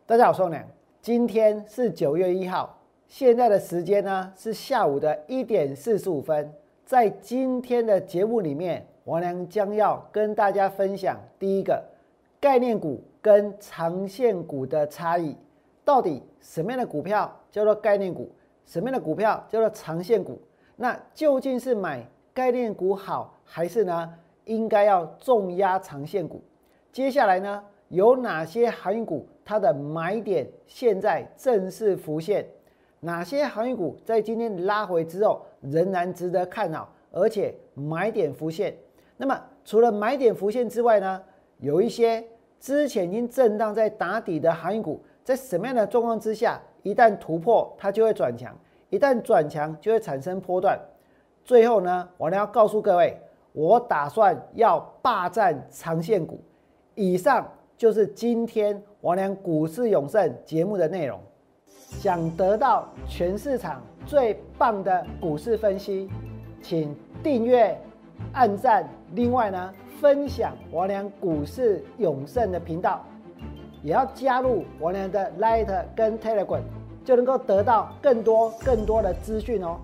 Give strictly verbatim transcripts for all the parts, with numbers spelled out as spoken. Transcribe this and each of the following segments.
大家好，我是王良。今天是九月一号，现在的时间呢是下午的一点四十五分。在今天的节目里面，王良将要跟大家分享第一个概念股跟长线股的差异。到底什么样的股票叫做概念股？什么样的股票叫做长线股？那究竟是买概念股好，还是呢应该要重压长线股？接下来呢有哪些航运股它的买点现在正式浮现？哪些航运股在今天拉回之后仍然值得看好，而且买点浮现？那么除了买点浮现之外呢，有一些之前已经震荡在打底的航运股，在什么样的状况之下，一旦突破它就会转强，一旦转强就会产生波段。最后呢，我要告诉各位，我打算要霸占长线股。以上就是今天王良股市永胜节目的内容。想得到全市场最棒的股市分析，请订阅、按赞，另外呢，分享王良股市永胜的频道，也要加入王良的 Line 跟 Telegram， 就能够得到更多更多的资讯哦。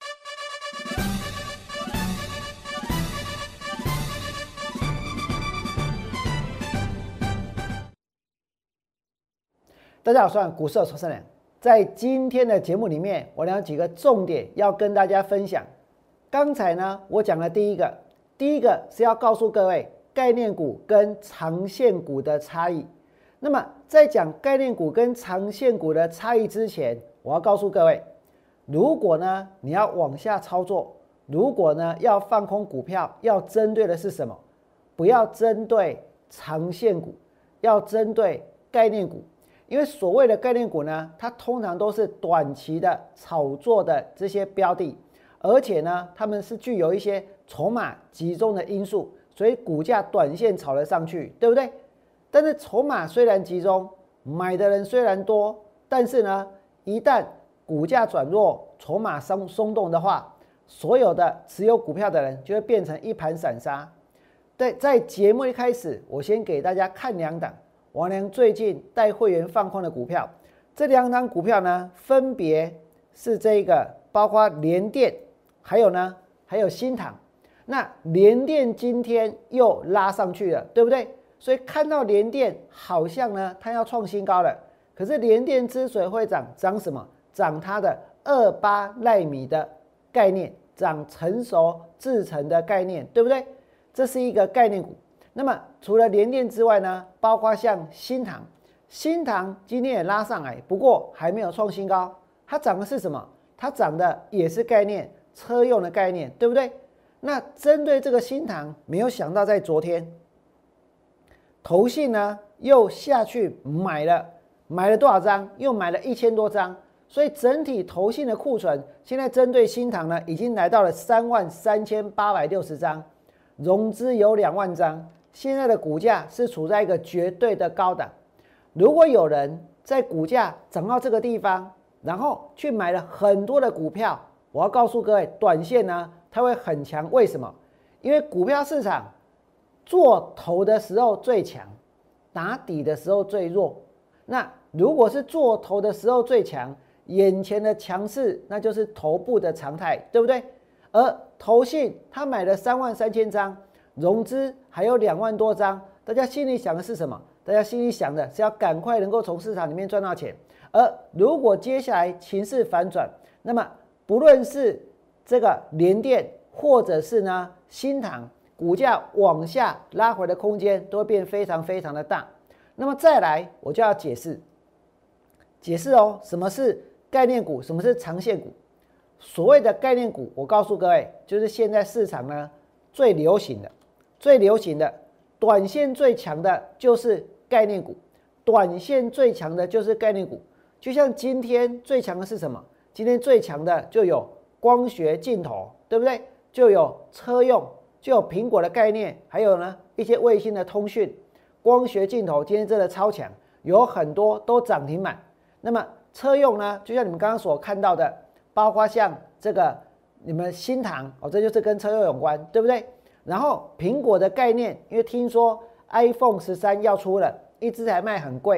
大家好，我是股市有创胜人。在今天的节目里面，我有几个重点要跟大家分享。刚才呢，我讲了第一个，第一个是要告诉各位概念股跟长线股的差异。那么在讲概念股跟长线股的差异之前，我要告诉各位，如果呢你要往下操作，如果呢要放空股票，要针对的是什么？不要针对长线股，要针对概念股。因为所谓的概念股呢，它通常都是短期的炒作的这些标的，而且呢，它们是具有一些筹码集中的因素，所以股价短线炒了上去，对不对？但是筹码虽然集中，买的人虽然多，但是呢，一旦股价转弱，筹码松松动的话，所有的持有股票的人就会变成一盘散沙。对，在节目一开始，我先给大家看两档王良最近带会员放空的股票，这两档股票呢，分别是这个，包括联电，还有呢，还有新唐。那联电今天又拉上去了，对不对？所以看到联电好像呢，它要创新高了。可是联电之所以会涨，涨什么？涨它的二八奈米的概念，涨成熟制程的概念，对不对？这是一个概念股。那么除了联电之外呢，包括像新唐，新唐今天也拉上来，不过还没有创新高。它涨的是什么？它涨的也是概念，车用的概念，对不对？那针对这个新唐，没有想到在昨天，投信呢又下去买了，买了多少张？又买了一千多张。所以整体投信的库存，现在针对新唐呢，已经来到了三万三千八百六十张，融资有两万张。现在的股价是处在一个绝对的高档。如果有人在股价涨到这个地方，然后去买了很多的股票，我要告诉各位，短线呢它会很强。为什么？因为股票市场做头的时候最强，打底的时候最弱。那如果是做头的时候最强，眼前的强势那就是头部的常态，对不对？而投信他买了三万三千张。融资还有两万多张，大家心里想的是什么？大家心里想的是要赶快能够从市场里面赚到钱。而如果接下来情势反转，那么不论是这个联电或者是呢新唐，股价往下拉回的空间都会变非常非常的大。那么再来，我就要解释，解释哦，什么是概念股，什么是长线股？所谓的概念股，我告诉各位，就是现在市场呢最流行的。最流行的短线最强的就是概念股，短线最强的就是概念股。就像今天最强的是什么？今天最强的就有光学镜头，对不对？就有车用，就有苹果的概念，还有呢一些卫星的通讯。光学镜头今天真的超强，有很多都涨停板。那么车用呢，就像你们刚刚所看到的，包括像这个你们新唐哦，这就是跟车用有关，对不对？然后苹果的概念，因为听说 iPhone 十三要出了，一支还卖很贵，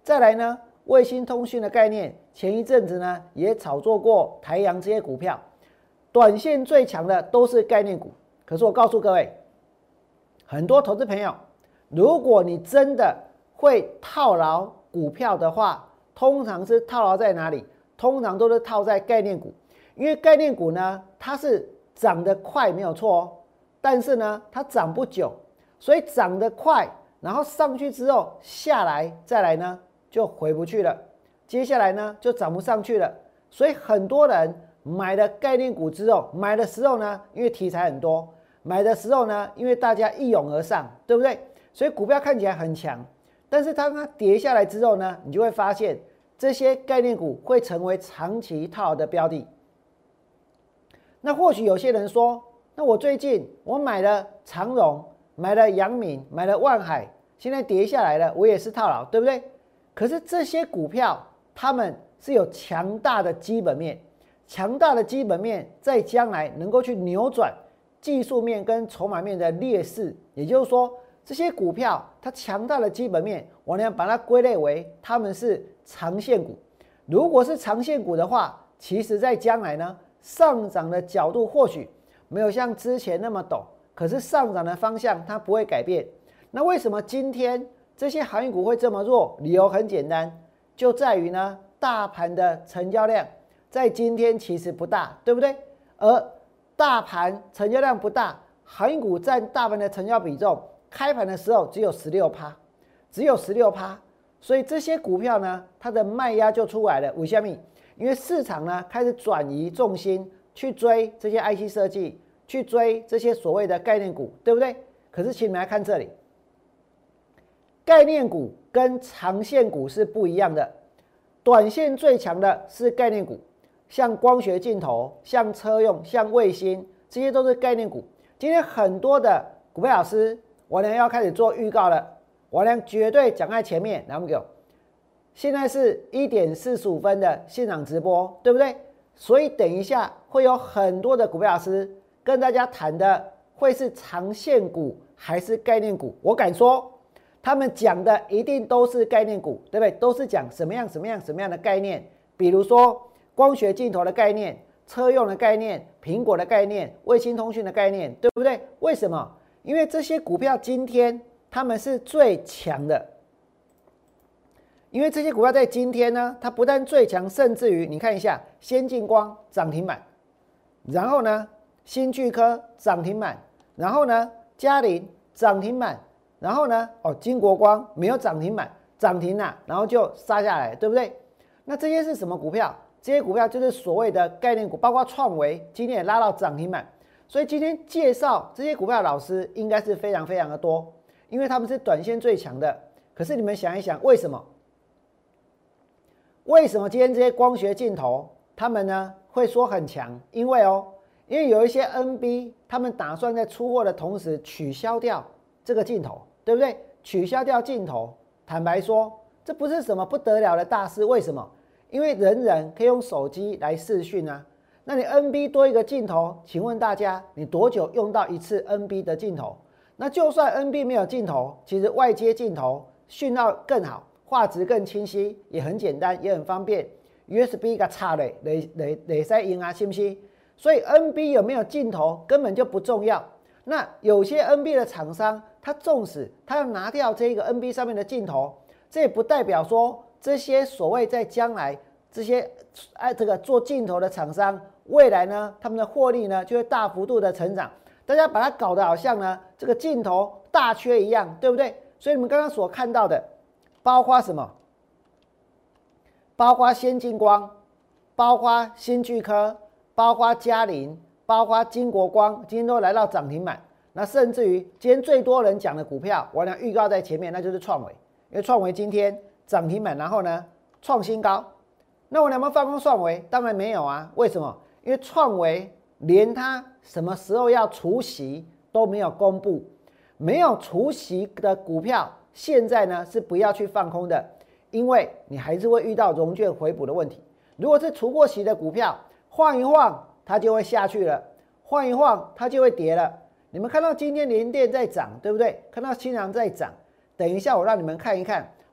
再来呢，卫星通讯的概念，前一阵子呢也炒作过台阳这些股票，短线最强的都是概念股。可是我告诉各位，很多投资朋友，如果你真的会套牢股票的话，通常是套牢在哪里？通常都是套在概念股，因为概念股呢，它是涨得快没有错哦，但是呢，它涨不久，所以涨得快，然后上去之后下来，再来呢就回不去了，接下来呢就涨不上去了，所以很多人买了概念股之后，买的时候呢，因为题材很多，买的时候呢，因为大家一涌而上，对不对？所以股票看起来很强，但是当它跌下来之后呢，你就会发现这些概念股会成为长期套牢的标的。那或许有些人说，那我最近我买了长荣，买了阳明，买了万海，现在跌下来了，我也是套牢，对不对？可是这些股票它们是有强大的基本面，强大的基本面在将来能够去扭转技术面跟筹码面的劣势，也就是说，这些股票它强大的基本面，我呢把它归类为它们是长线股。如果是长线股的话，其实在将来呢，上涨的角度或许没有像之前那么陡，可是上涨的方向它不会改变。那为什么今天这些航运股会这么弱？理由很简单，就在于呢，大盘的成交量在今天其实不大，对不对？而大盘成交量不大，航运股占大盘的成交比重，开盘的时候只有 百分之十六， 只有 百分之十六， 所以这些股票呢，它的卖压就出来了。为什么？因为市场呢开始转移重心，去追这些 I C 设计，去追这些所谓的概念股，对不对？可是请你们来看这里，概念股跟长线股是不一样的。短线最强的是概念股，像光学镜头、像车用、像卫星，这些都是概念股。今天很多的股票老师，我呢要开始做预告了，我呢绝对讲在前面。来，我们给我，现在是一点四十五分的现场直播，对不对？所以等一下会有很多的股票老师跟大家谈的，会是长线股还是概念股？我敢说，他们讲的一定都是概念股，对不对？都是讲什么样什么样什么样的概念，比如说光学镜头的概念、车用的概念、苹果的概念、卫星通讯的概念，对不对？为什么？因为这些股票今天他们是最强的，因为这些股票在今天呢，它不但最强，甚至于你看一下，先进光涨停板，然后呢，新巨科涨停板，然后呢，嘉麟涨停板，然后呢，哦，金国光没有涨停板，涨停了，然后就杀下来，对不对？那这些是什么股票？这些股票就是所谓的概念股，包括创维今天也拉到涨停板。所以今天介绍这些股票的老师应该是非常非常的多，因为他们是短线最强的。可是你们想一想，为什么？为什么今天这些光学镜头他们呢会说很强？因为哦，因为有一些 N B 他们打算在出货的同时取消掉这个镜头，对不对？取消掉镜头，坦白说，这不是什么不得了的大事。为什么？因为人人可以用手机来视讯啊。那你 N B 多一个镜头，请问大家，你多久用到一次 N B 的镜头？那就算 N B 没有镜头，其实外接镜头讯号更好，画质更清晰，也很简单，也很方便。U S B 个插嘞，雷雷雷塞音啊，信不信？所以 N B 有没有镜头根本就不重要。那有些 N B 的厂商，他纵使他要拿掉这个 N B 上面的镜头，这也不代表说这些所谓在将来这些哎这个做镜头的厂商，未来呢他们的获利呢就会大幅度的成长。大家把它搞得好像呢这个镜头大缺一样，对不对？所以你们刚刚所看到的，包括什么？包括先进光，包括新巨科，包括嘉麟，包括金国光，今天都来到涨停板。那甚至于今天最多人讲的股票，我俩预告在前面，那就是创维，因为创维今天涨停板，然后呢创新高。那我能不能放空创维？当然没有啊。为什么？因为创维连它什么时候要除息都没有公布，没有除息的股票，现在呢是不要去放空的，因为你还是会遇到融券回补的问题。如果是除过息的股票，晃一晃它就会下去了，晃一晃它就会跌了。你们看到今天联电在涨，对不对？看到新阳在涨，等一下我让你们看一看。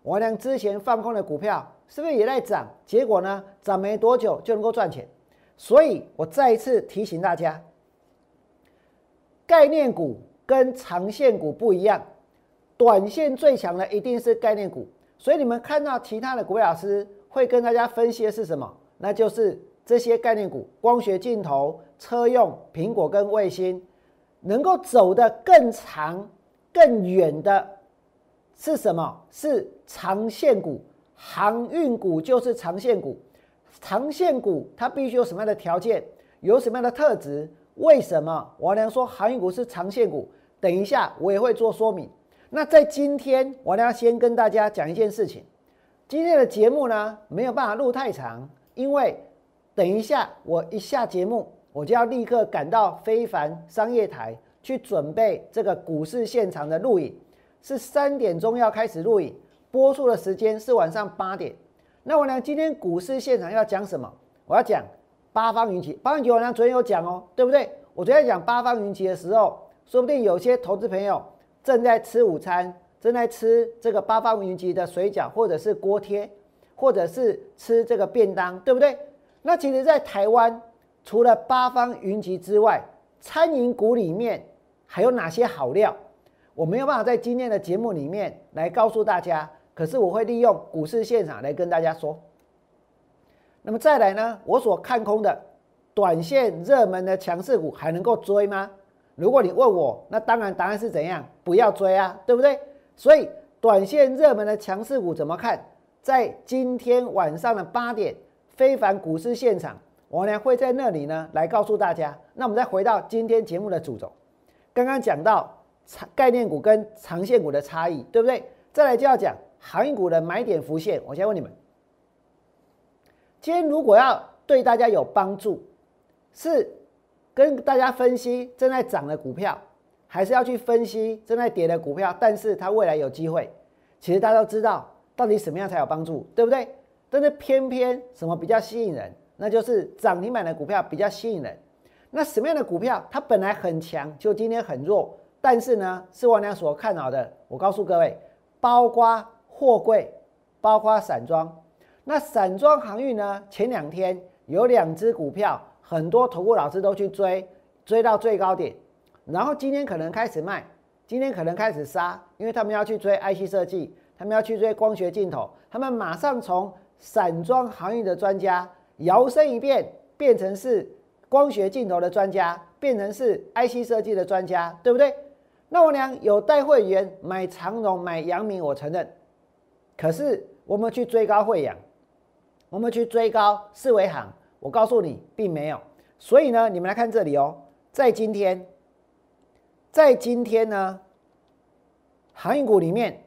王良之前放空的股票是不是也在涨？结果呢，涨没多久就能够赚钱。所以我再一次提醒大家，概念股跟长线股不一样，短线最强的一定是概念股。所以你们看到其他的股票老师会跟大家分析的是什么？那就是这些概念股，光学镜头、车用、苹果跟卫星，能够走得更长、更远的是什么？是长线股，航运股就是长线股。长线股它必须有什么样的条件？有什么样的特质？为什么王良说航运股是长线股？等一下我也会做说明。那在今天，我要先跟大家讲一件事情。今天的节目呢，没有办法录太长，因为等一下我一下节目，我就要立刻赶到非凡商业台去准备这个股市现场的录影，是三点钟要开始录影，播出的时间是晚上八点。那我呢，今天股市现场要讲什么？我要讲八方云集。八方云集我呢昨天有讲哦，对不对？我昨天讲八方云集的时候，说不定有些投资朋友正在吃午餐，正在吃这个八方云集的水饺，或者是锅贴，或者是吃这个便当，对不对？那其实在台湾，除了八方云集之外，餐饮股里面还有哪些好料？我没有办法在今天的节目里面来告诉大家，可是我会利用股市现场来跟大家说。那么再来呢，我所看空的短线热门的强势股还能够追吗？如果你问我，那当然答案是怎样？不要追啊，对不对？所以短线热门的强势股怎么看？在今天晚上的八点，非凡股市现场，我呢会在那里呢来告诉大家。那我们再回到今天节目的主轴，刚刚讲到概念股跟长线股的差异，对不对？再来就要讲航运股的买点浮现。我先问你们，今天如果要对大家有帮助，是跟大家分析正在涨的股票，还是要去分析正在跌的股票，但是它未来有机会？其实大家都知道到底什么样才有帮助，对不对？但是偏偏什么比较吸引人？那就是涨停板的股票比较吸引人。那什么样的股票它本来很强，就今天很弱，但是呢是王良所看好的？我告诉各位，包括货柜，包括散装。那散装航运呢，前两天有两只股票，很多投顾老师都去追，追到最高点，然后今天可能开始卖，今天可能开始杀，因为他们要去追 I C 设计，他们要去追光学镜头，他们马上从散装航运的专家摇身一变，变成是光学镜头的专家，变成是 I C 设计的专家，对不对？那我俩有带会员买长荣、买阳明，我承认，可是我们去追高慧洋，我们去追高世维航，我告诉你并没有。所以呢，你们来看这里哦，在今天，在今天呢，航运股里面，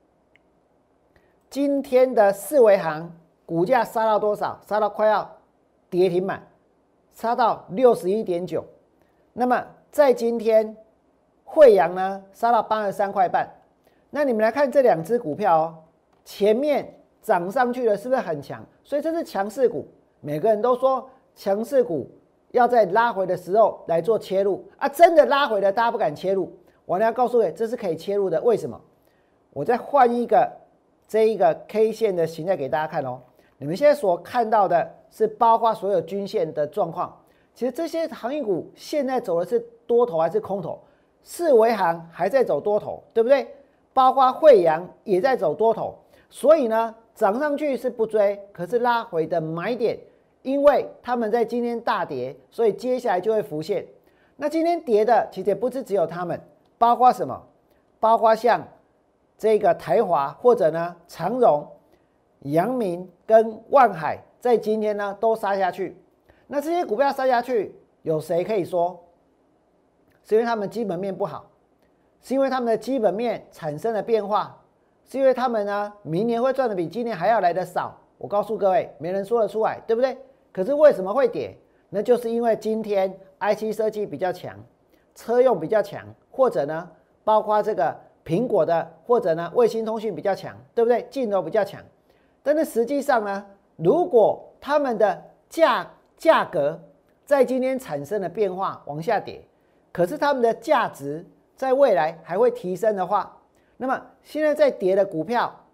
今天的世维航股价杀到多少？杀到快要跌停板，杀到 六十一点九。那么在今天，慧洋呢杀到八十三块半。那你们来看这两只股票哦，前面涨上去了，是不是很强？所以这是强势股。每个人都说强势股要在拉回的时候来做切入啊，真的拉回了，大家不敢切入。我要告诉你，这是可以切入的。为什么？我再换一个这一个 K 线的形态给大家看哦。你们现在所看到的是包括所有均线的状况。其实这些航运股现在走的是多头还是空头？世维航还在走多头，对不对？包括慧洋也在走多头。所以呢，涨上去是不追，可是拉回的买点，因为他们在今天大跌，所以接下来就会浮现。那今天跌的其实也不是只有他们，包括什么？包括像这个台华或者呢长荣、阳明跟万海，在今天呢都杀下去。那这些股票杀下去，有谁可以说是因为他们基本面不好，是因为他们的基本面产生了变化，是因为他们呢明年会赚的比今年还要来的少？我告诉各位，没人说得出来，对不对？可是为什么会跌？那就是因为今天 I C 设计比较强，车用比较强，或者呢包括这个苹果的，或者呢卫星通讯比较强，对不对？镜头比较强。但是实际上呢，如果他们的价价格在今天产生了变化，往下跌，可是他们的价值在未来还会提升的话，那么现在在跌的股票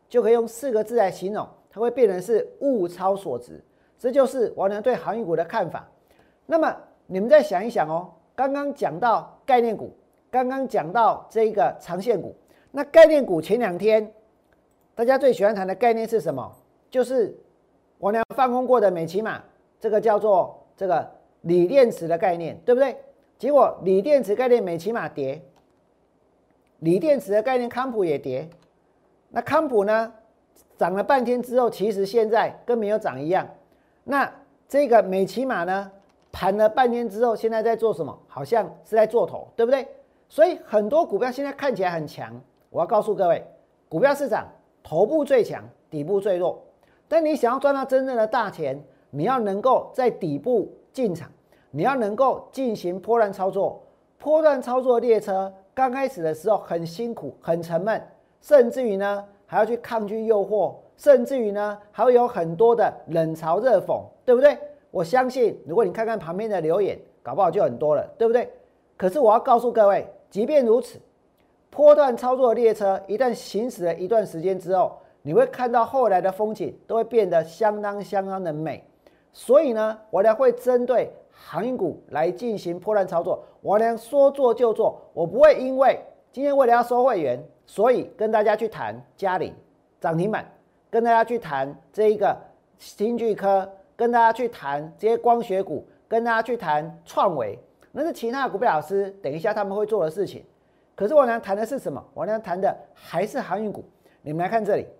就可以用四个字来形容，它会变成是物超所值。这就是王良对航运股的看法。那么你们再想一想哦，刚刚讲到概念股，刚刚讲到这个长线股，那概念股前两天大家最喜欢谈的概念是什么？就是王良放空过的美骑马，这个叫做这个锂电池的概念，对不对？结果锂电池概念美骑马跌，锂电池的概念康普也跌。那康普呢，涨了半天之后，其实现在跟没有涨一样。那这个美骑马呢，盘了半天之后，现在在做什么？好像是在做头，对不对？所以很多股票现在看起来很强。我要告诉各位，股票市场头部最强，底部最弱。但你想要赚到真正的大钱，你要能够在底部进场，你要能够进行波段操作。波段操作列车刚开始的时候很辛苦、很沉闷，甚至于呢还要去抗拒诱惑，甚至于呢还会有很多的冷嘲热讽，对不对？我相信，如果你看看旁边的留言，搞不好就很多了，对不对？可是我要告诉各位，即便如此，波段操作的列车一旦行驶了一段时间之后，你会看到后来的风景都会变得相当相当的美。所以呢，我呢会针对航运股来进行波段操作，我呢说做就做，我不会因为今天为了要收会员，所以跟大家去谈嘉陵涨停板，跟大家去谈这一个新巨科，跟大家去谈这些光学股，跟大家去谈创维，那是其他的股票老师等一下他们会做的事情。可是我呢谈的是什么？我呢谈的还是航运股。你们来看这里，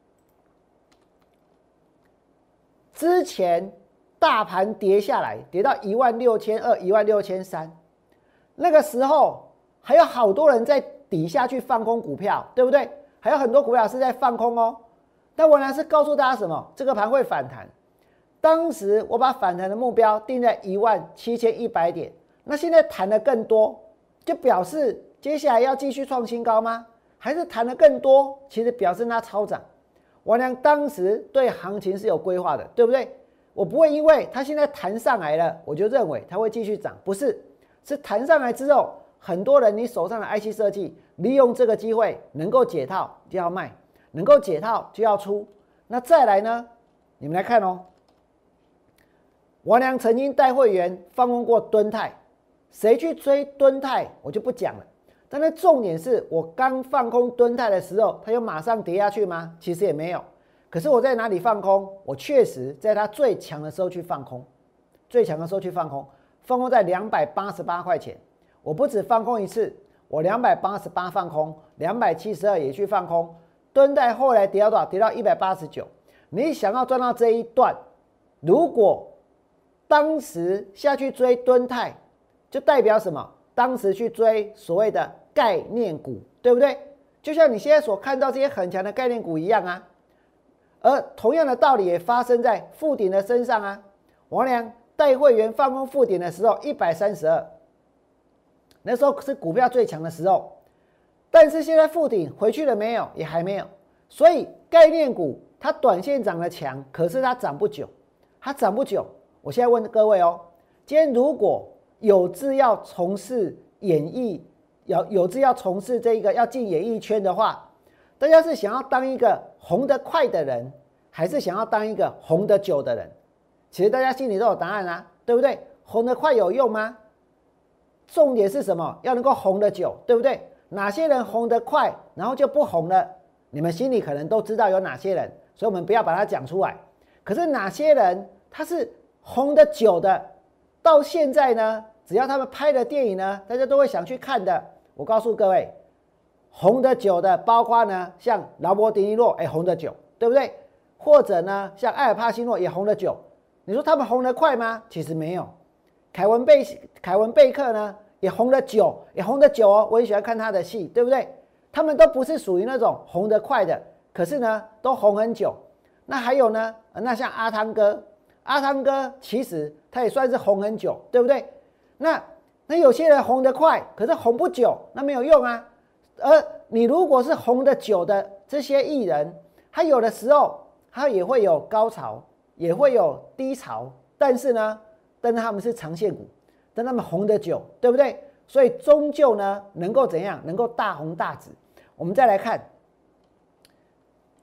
之前大盘跌下来，跌到一万六千二、一万六千三，那个时候还有好多人在底下去放空股票，对不对？还有很多股票是在放空哦。但我呢是告诉大家什么？这个盘会反弹。当时我把反弹的目标定在一万七千一百点，那现在谈的更多，就表示接下来要继续创新高吗？还是谈的更多？其实表示它超涨。王良当时对行情是有规划的，对不对？我不会因为它现在弹上来了，我就认为它会继续涨，不是，是弹上来之后，很多人你手上的 I C 设计利用这个机会能够解套就要卖，能够解套就要出。那再来呢？你们来看哦，王良曾经带会员放空过敦泰，谁去追敦泰我就不讲了。但是重点是我刚放空敦泰的时候，它有马上跌下去吗？其实也没有。可是我在哪里放空？我确实在它最强的时候去放空，最强的时候去放空，放空在两百八十八块钱。我不止放空一次，我两百八十八放空，两百七十二也去放空。敦泰后来跌到多少？跌到一百八十九。你想要赚到这一段，如果当时下去追敦泰，就代表什么？当时去追所谓的概念股，对不对？就像你现在所看到这些很强的概念股一样啊。而同样的道理也发生在富鼎的身上啊。王良带会员放空富鼎的时候一百三十二，那时候是股票最强的时候。但是现在富鼎回去了没有？也还没有。所以概念股它短线涨得强，可是它涨不久，它涨不久。我现在问各位哦，今天如果有志要从事演艺，有有志要从事这个要进演艺圈的话，大家是想要当一个红得快的人，还是想要当一个红得久的人？其实大家心里都有答案啊，对不对？红得快有用吗？重点是什么？要能够红得久，对不对？哪些人红得快，然后就不红了？你们心里可能都知道有哪些人，所以我们不要把它讲出来。可是哪些人他是红得久的？到现在呢，只要他们拍的电影呢，大家都会想去看的。我告诉各位，红得久的，包括呢像劳勃迪尼洛，哎，红得久，对不对？或者呢像艾尔帕西诺也红得久。你说他们红得快吗？其实没有。凯文贝凯文贝克呢也红得久，也红得久哦。我很喜欢看他的戏，对不对？他们都不是属于那种红得快的，可是呢都红很久。那还有呢，那像阿汤哥。阿汤哥其实他也算是红很久，对不对？那那有些人红得快，可是红不久，那没有用啊。而你如果是红得久的这些艺人，他有的时候他也会有高潮，也会有低潮，但是呢，但是他们是长线股，但他们红得久，对不对？所以终究呢，能够怎样？能够大红大紫。我们再来看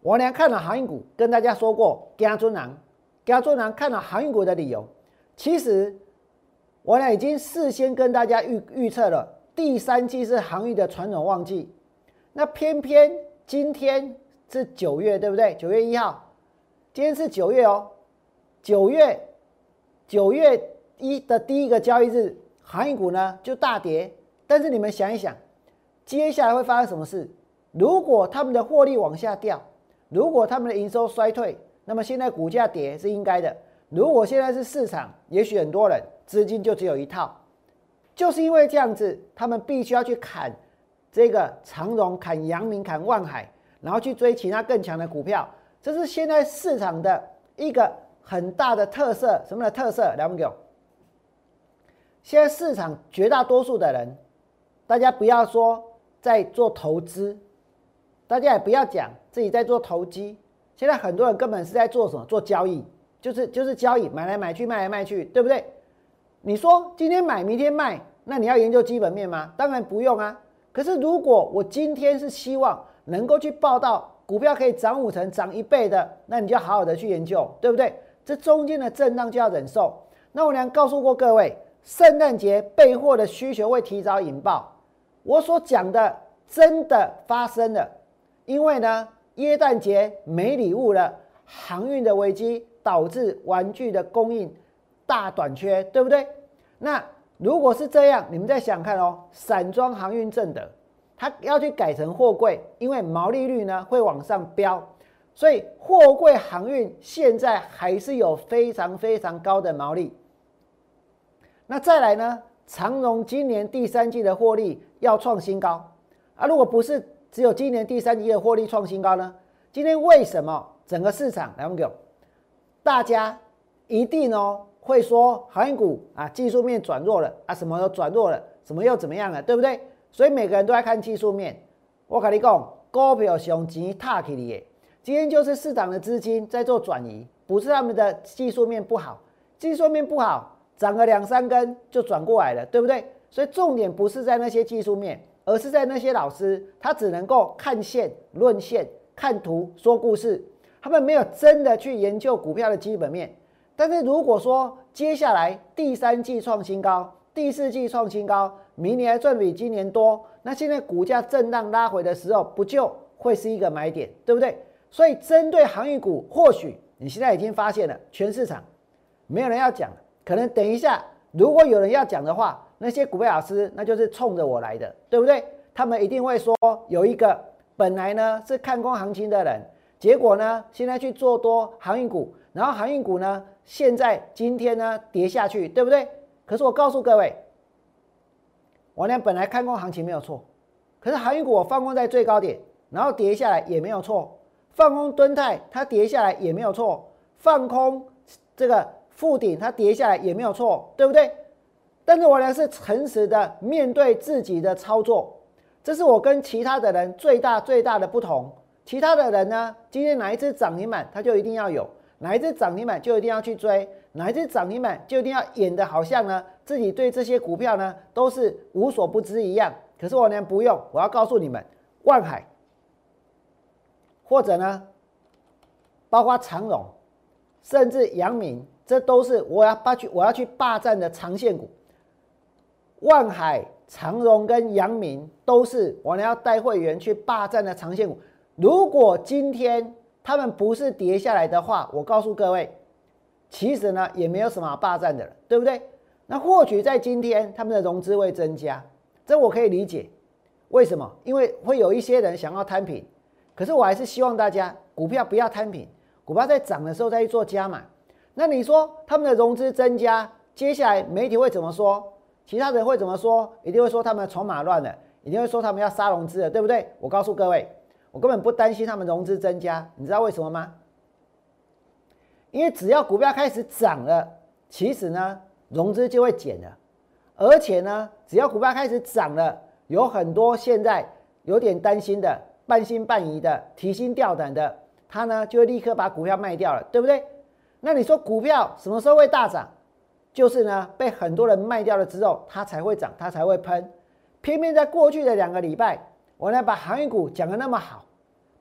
我俩看了航运股，跟大家说过，加尊郎，加尊郎看了航运股的理由，其实我俩已经事先跟大家预预测了，第三季是航运的传统旺季。那偏偏今天是九月，对不对？九月一号，今天是九月哦，九月九月一的第一个交易日，航运股呢就大跌。但是你们想一想，接下来会发生什么事？如果他们的获利往下掉，如果他们的营收衰退，那么现在股价跌是应该的。如果现在是市场，也许很多人资金就只有一套，就是因为这样子，他们必须要去砍这个长荣、砍阳明、砍万海，然后去追其他更强的股票，这是现在市场的一个很大的特色。什么的特色？来，我们给我。现在市场绝大多数的人，大家不要说在做投资，大家也不要讲自己在做投机，现在很多人根本是在做什么？做交易，就是就是交易，买来买去，卖来卖去，对不对？你说今天买，明天卖，那你要研究基本面吗？当然不用啊。可是如果我今天是希望能够去报到股票可以涨五成、涨一倍的，那你就好好的去研究，对不对？这中间的震荡就要忍受。那我俩告诉过各位，圣诞节备货的需求会提早引爆，我所讲的真的发生了。因为呢，耶诞节没礼物了，航运的危机导致玩具的供应大短缺，对不对？那如果是这样，你们再想看哦，散装航运正德，它要去改成货柜，因为毛利率呢会往上飙，所以货柜航运现在还是有非常非常高的毛利。那再来呢，长荣今年第三季的获利要创新高啊！如果不是只有今年第三季的获利创新高呢？今天为什么整个市场来我们给大家一定哦会说航运股啊技术面转弱了啊，什么又转弱了，什么又怎么样了，对不对？所以每个人都在看技术面。我跟你讲，股票上钱踏起来的，今天就是市场的资金在做转移，不是他们的技术面不好，技术面不好，涨个两三根就转过来了，对不对？所以重点不是在那些技术面，而是在那些老师，他只能够看线、论线、看图、说故事，他们没有真的去研究股票的基本面。但是如果说接下来第三季创新高，第四季创新高，明年还赚比今年多，那现在股价震荡拉回的时候，不就会是一个买点，对不对？所以针对航运股，或许你现在已经发现了，全市场没有人要讲，可能等一下如果有人要讲的话，那些股票老师那就是冲着我来的，对不对？他们一定会说有一个本来呢是看空行情的人，结果呢现在去做多航运股，然后航运股呢现在今天呢跌下去，对不对？可是我告诉各位，我俩本来看空行情没有错，可是航运股我放空在最高点，然后跌下来也没有错，放空敦泰它跌下来也没有错，放空这个富鼎它跌下来也没有错，对不对？但是我俩是诚实的面对自己的操作，这是我跟其他的人最大最大的不同。其他的人呢，今天哪一只涨停板他就一定要有，哪一只涨停板就一定要去追，哪一只涨停板就一定要演的好像呢自己对这些股票呢都是无所不知一样。可是我呢不用，我要告诉你们，万海或者呢包括长荣甚至阳明，这都是我要霸去我要去霸占的长线股。万海、长荣跟阳明都是我要带会员去霸占的长线股。如果今天他们不是跌下来的话，我告诉各位，其实呢也没有什么好霸占的了，对不对？那或许在今天他们的融资会增加，这我可以理解。为什么？因为会有一些人想要摊平，可是我还是希望大家股票不要摊平，股票在涨的时候再去做加码。那你说他们的融资增加，接下来媒体会怎么说？其他人会怎么说？一定会说他们筹码乱了，一定会说他们要杀融资了，对不对？我告诉各位，我根本不担心他们融资增加，你知道为什么吗？因为只要股票开始涨了，其实呢融资就会减了，而且呢只要股票开始涨了，有很多现在有点担心的、半信半疑的、提心吊胆的，他呢就会立刻把股票卖掉了，对不对？那你说股票什么时候会大涨？就是呢，被很多人卖掉了之后，它才会涨，它才会喷。偏偏在过去的两个礼拜，我呢把航运股讲得那么好，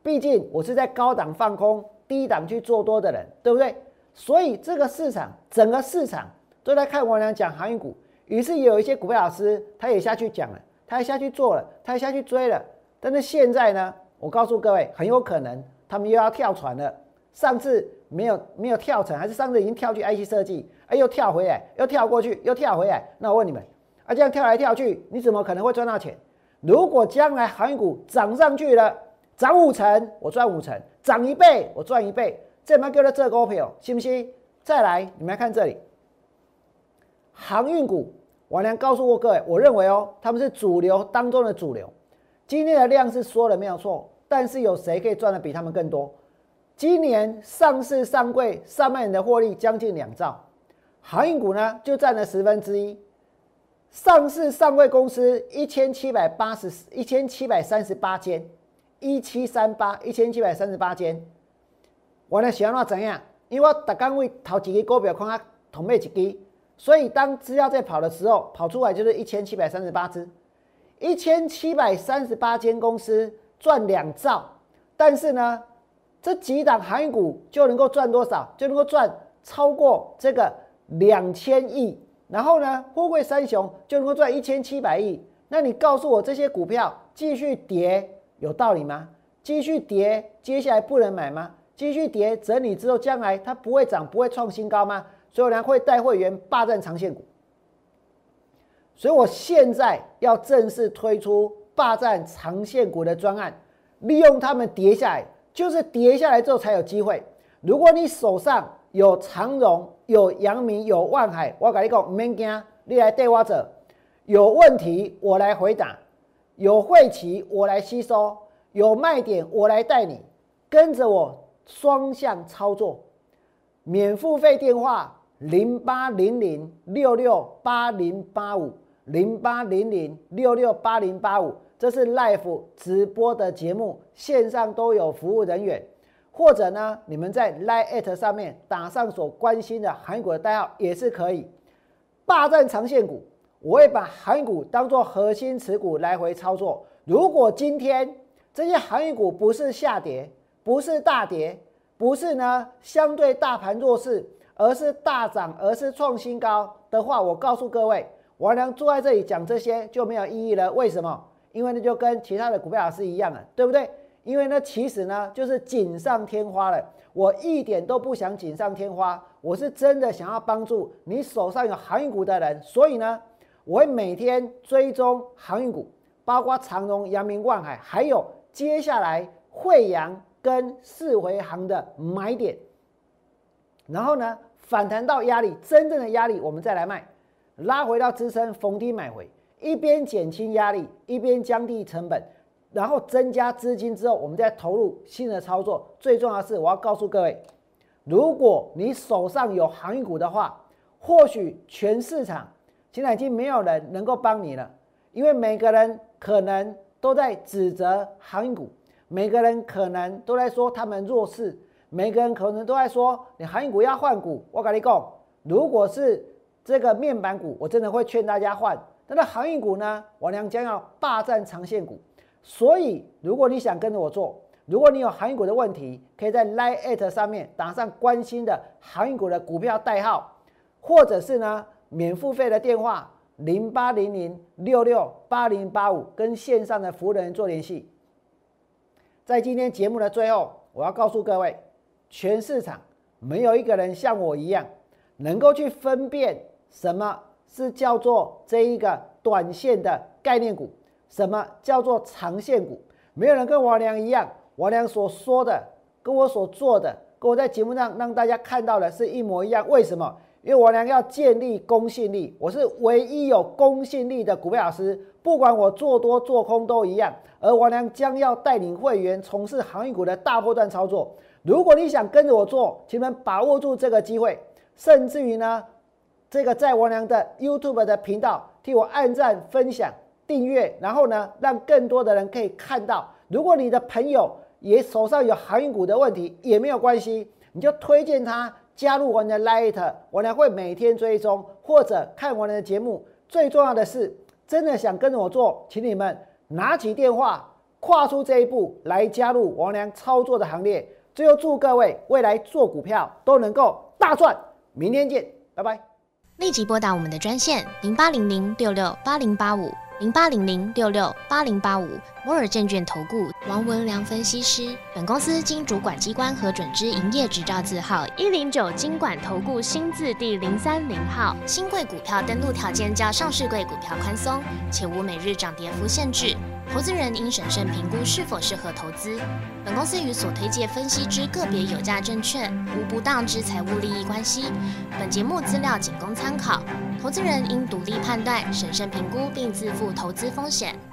毕竟我是在高档放空，低档去做多的人，对不对？所以这个市场，整个市场都在看王良讲航运股，于是有一些股票老师他也下去讲了，他也下去做了，他也下去追了。但是现在呢，我告诉各位，很有可能他们又要跳船了。上次没有没有跳成，还是上次已经跳去 I C 设计，哎，又跳回来，又跳过去，又跳回来。那我问你们，啊，这样跳来跳去，你怎么可能会赚到钱？如果将来航运股涨上去了，涨五成，我赚五成；涨一倍，我赚一倍。这么叫做这股票，信不信？再来，你们来看这里，航运股，王良告诉过各位，我认为哦，他们是主流当中的主流。今天的量是说了没有错，但是有谁可以赚的比他们更多？今年上市上柜上半年的获利将近两兆，航运股呢就占了十分之一。上市上柜公司一千七百八十一千七百三十八间，一七三八一千七百三十八间。我呢想要怎样？因为我大刚为淘几个股票看它同类几支，所以当资料在跑的时候，跑出来就是一千七百三十八只，一千七百三十八间公司赚两兆，但是呢？这几档航运股就能够赚多少？就能够赚超过这个两千亿。然后呢，货柜三雄就能够赚一千七百亿。那你告诉我，这些股票继续跌有道理吗？继续跌，接下来不能买吗？继续跌，整理之后，将来它不会涨，不会创新高吗？所以我呢会带会员霸占长线股。所以我现在要正式推出霸占长线股的专案，利用它们跌下来。就是跌下来之后才有机会。如果你手上有长荣、有阳明、有万海，我跟你讲，不用怕，你来对我做。有问题我来回答，有晦气我来吸收，有卖点我来带你，跟着我双向操作。免付费电话零八零零六六八零八五零八零零六六八零八五。这是 Live 直播的节目，线上都有服务人员，或者呢，你们在 Line@ 上面打上所关心的航运股的代号也是可以。霸占长线股，我会把航运股当作核心持股来回操作。如果今天这些航运股不是下跌，不是大跌，不是呢相对大盘弱势，而是大涨，而是创新高的话，我告诉各位，王良坐在这里讲这些就没有意义了。为什么？因为那就跟其他的股票老师一样了，对不对？因为呢，其实呢就是锦上添花了。我一点都不想锦上添花，我是真的想要帮助你手上有航运股的人。所以呢，我会每天追踪航运股，包括长荣、阳明、万海，还有接下来惠阳跟四回航的买点。然后呢，反弹到压力，真正的压力我们再来卖，拉回到支撑，逢低买回。一边减轻压力，一边降低成本，然后增加资金之后，我们再投入新的操作。最重要的是，我要告诉各位，如果你手上有航运股的话，或许全市场现在已经没有人能够帮你了，因为每个人可能都在指责航运股，每个人可能都在说他们弱势，每个人可能都在说你航运股要换股。我跟你讲，如果是这个面板股，我真的会劝大家换。但是航运股呢，王良将要霸占长线股，所以如果你想跟着我做，如果你有航运股的问题，可以在 Line@ 上面打上关心的航运股的股票代号，或者是呢免付费的电话零八零零六六八零八五，跟线上的服务人员做联系。在今天节目的最后，我要告诉各位，全市场没有一个人像我一样，能够去分辨什么是叫做这一个短线的概念股，什么叫做长线股？没有人跟王良一样，王良所说的跟我所做的，跟我在节目上让大家看到的是一模一样。为什么？因为王良要建立公信力，我是唯一有公信力的股票老师，不管我做多做空都一样。而王良将要带领会员从事航运股的大波段操作。如果你想跟着我做，请你们把握住这个机会，甚至于呢，这个在王良的 YouTube 的频道替我按赞、分享、订阅，然后呢，让更多的人可以看到。如果你的朋友也手上有航运股的问题，也没有关系，你就推荐他加入我的 Lite， 我呢会每天追踪或者看我的节目。最重要的是，真的想跟着我做，请你们拿起电话跨出这一步来加入王良操作的行列。最后祝各位未来做股票都能够大赚，明天见，拜拜。 立即拨打我们的专线零八零零六六八零八五零八零零六六八零八五摩尔证券投顾王文良分析师。本公司经主管机关核准之营业执照字号一零九金管投顾新字第零三零号。新贵股票登录条件较上市贵股票宽松，且无每日涨跌幅限制。投资人应审慎评估是否适合投资。本公司与所推介分析之个别有价证券无不当之财务利益关系。本节目资料仅供参考，投资人应独立判断、审慎评估并自负投资风险。